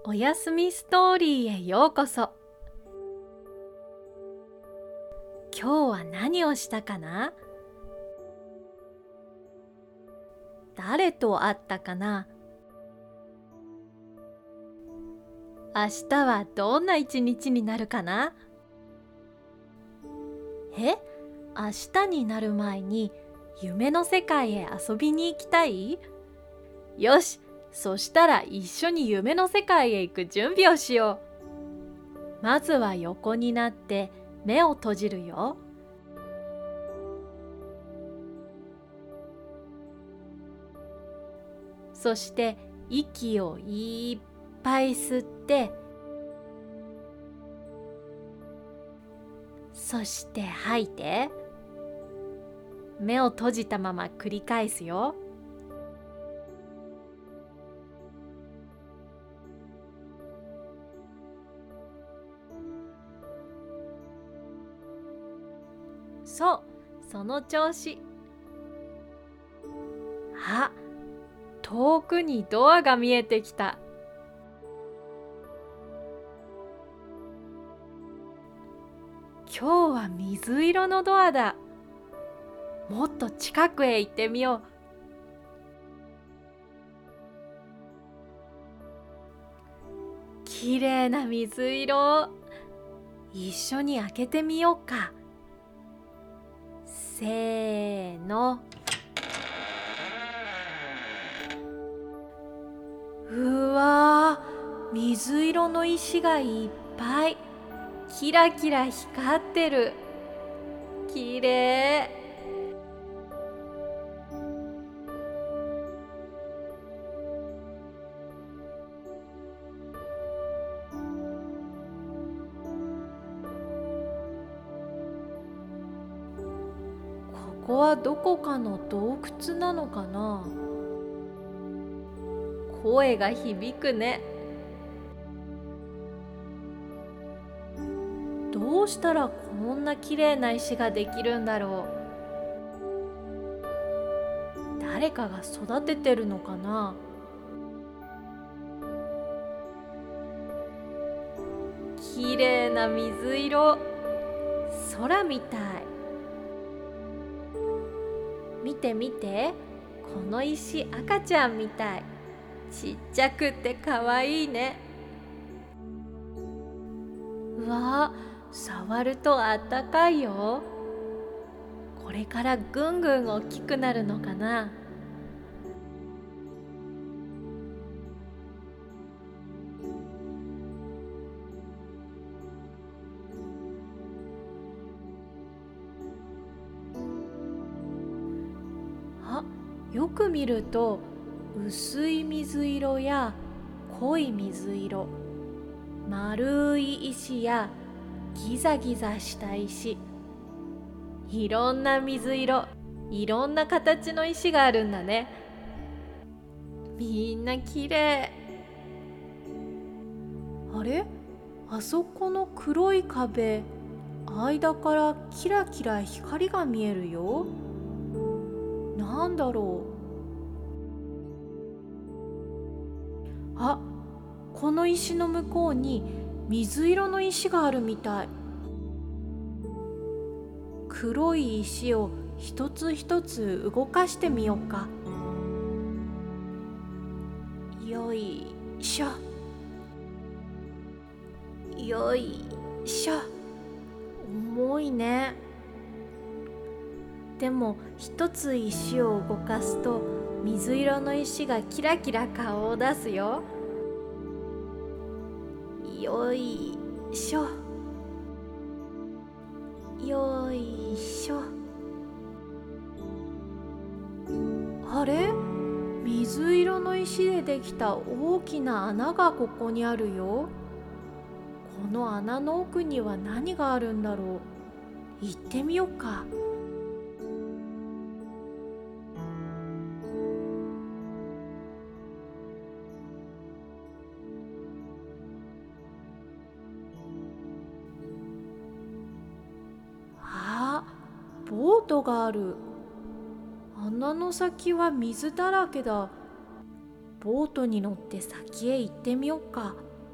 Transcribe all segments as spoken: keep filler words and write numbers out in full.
おやすみストーリーへようこそ。今日は何をしたかな？誰と会ったかな？明日はどんな一日になるかな？え、明日になる前に夢の世界へ遊びに行きたい？よし、そしたら一緒に夢の世界へ行く準備をしよう。まずは横になって目を閉じるよ。そして息をいっぱい吸って、そして吐いて、目を閉じたまま繰り返すよ。そう、その調子。あ、遠くにドアが見えてきた。今日は水色のドアだ。もっと近くへ行ってみよう。きれいな水色。一緒に開けてみようか。せーの。うわー、水色の石がいっぱい。キラキラ光ってる。きれい。ここはどこかの洞窟なのかな？声が響くね。どうしたらこんな綺麗な石ができるんだろう。誰かが育ててるのかな？綺麗な水色。空みたい。見て見て、この石赤ちゃんみたい。ちっちゃくてかわいいね。うわー、触るとあったかいよ。これからぐんぐん大きくなるのかな？あ、よく見ると薄い水色や濃い水色、丸い石やギザギザした石、いろんな水色、いろんな形の石があるんだね。みんなきれい。あれ、あそこの黒い壁、間からキラキラ光が見えるよ。なんだろう。あ、この石の向こうに水色の石があるみたい。黒い石を一つ一つ動かしてみようか。よいしょ、よいしょ。重いね。でも一つ石を動かすと水色の石がキラキラ顔を出すよ。よいしょ、よいしょ。あれ、水色の石でできた大きな穴がここにあるよ。この穴の奥には何があるんだろう。行ってみようか。あ、ボートがある。穴の先は水だらけだ。ボートに乗って先へ行ってみようか。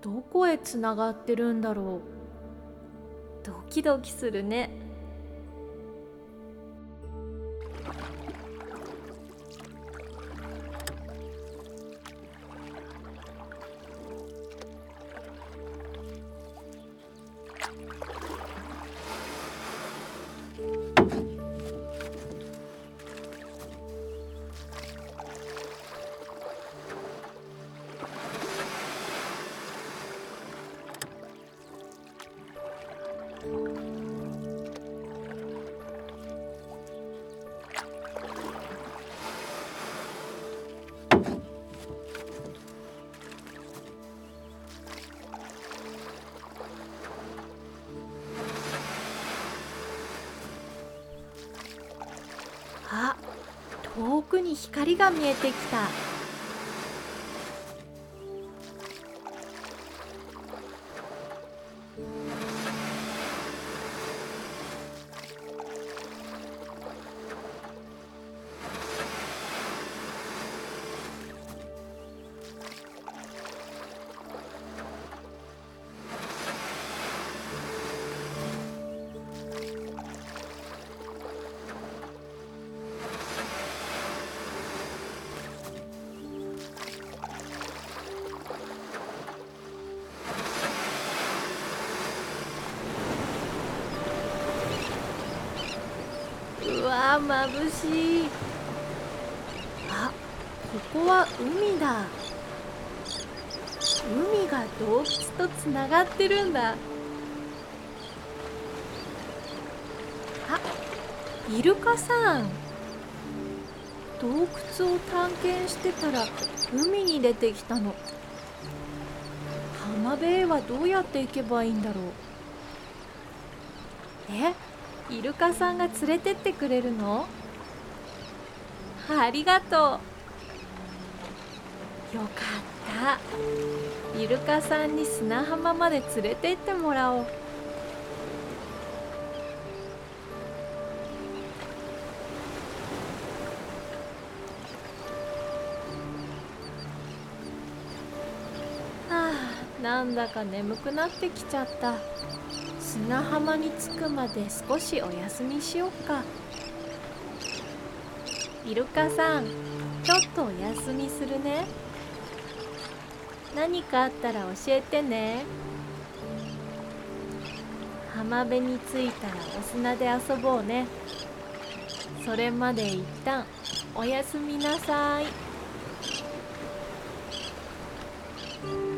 どこへつながってるんだろう。ドキドキするね。あ、遠くに光が見えてきた。うわー、眩しい。あ、ここは海だ。海が洞窟とつながってるんだ。あ、イルカさん。洞窟を探検してたら海に出てきたの。浜辺へはどうやって行けばいいんだろう。え、イルカさんが連れてってくれるの？ありがとう。よかった。イルカさんに砂浜まで連れてってもらおう。はあ、なんだか眠くなってきちゃった。砂浜に着くまで少しお休みしよっか。イルカさん、ちょっとお休みするね。何かあったら教えてね。浜辺に着いたらお砂で遊ぼうね。それまで一旦おやすみなさい。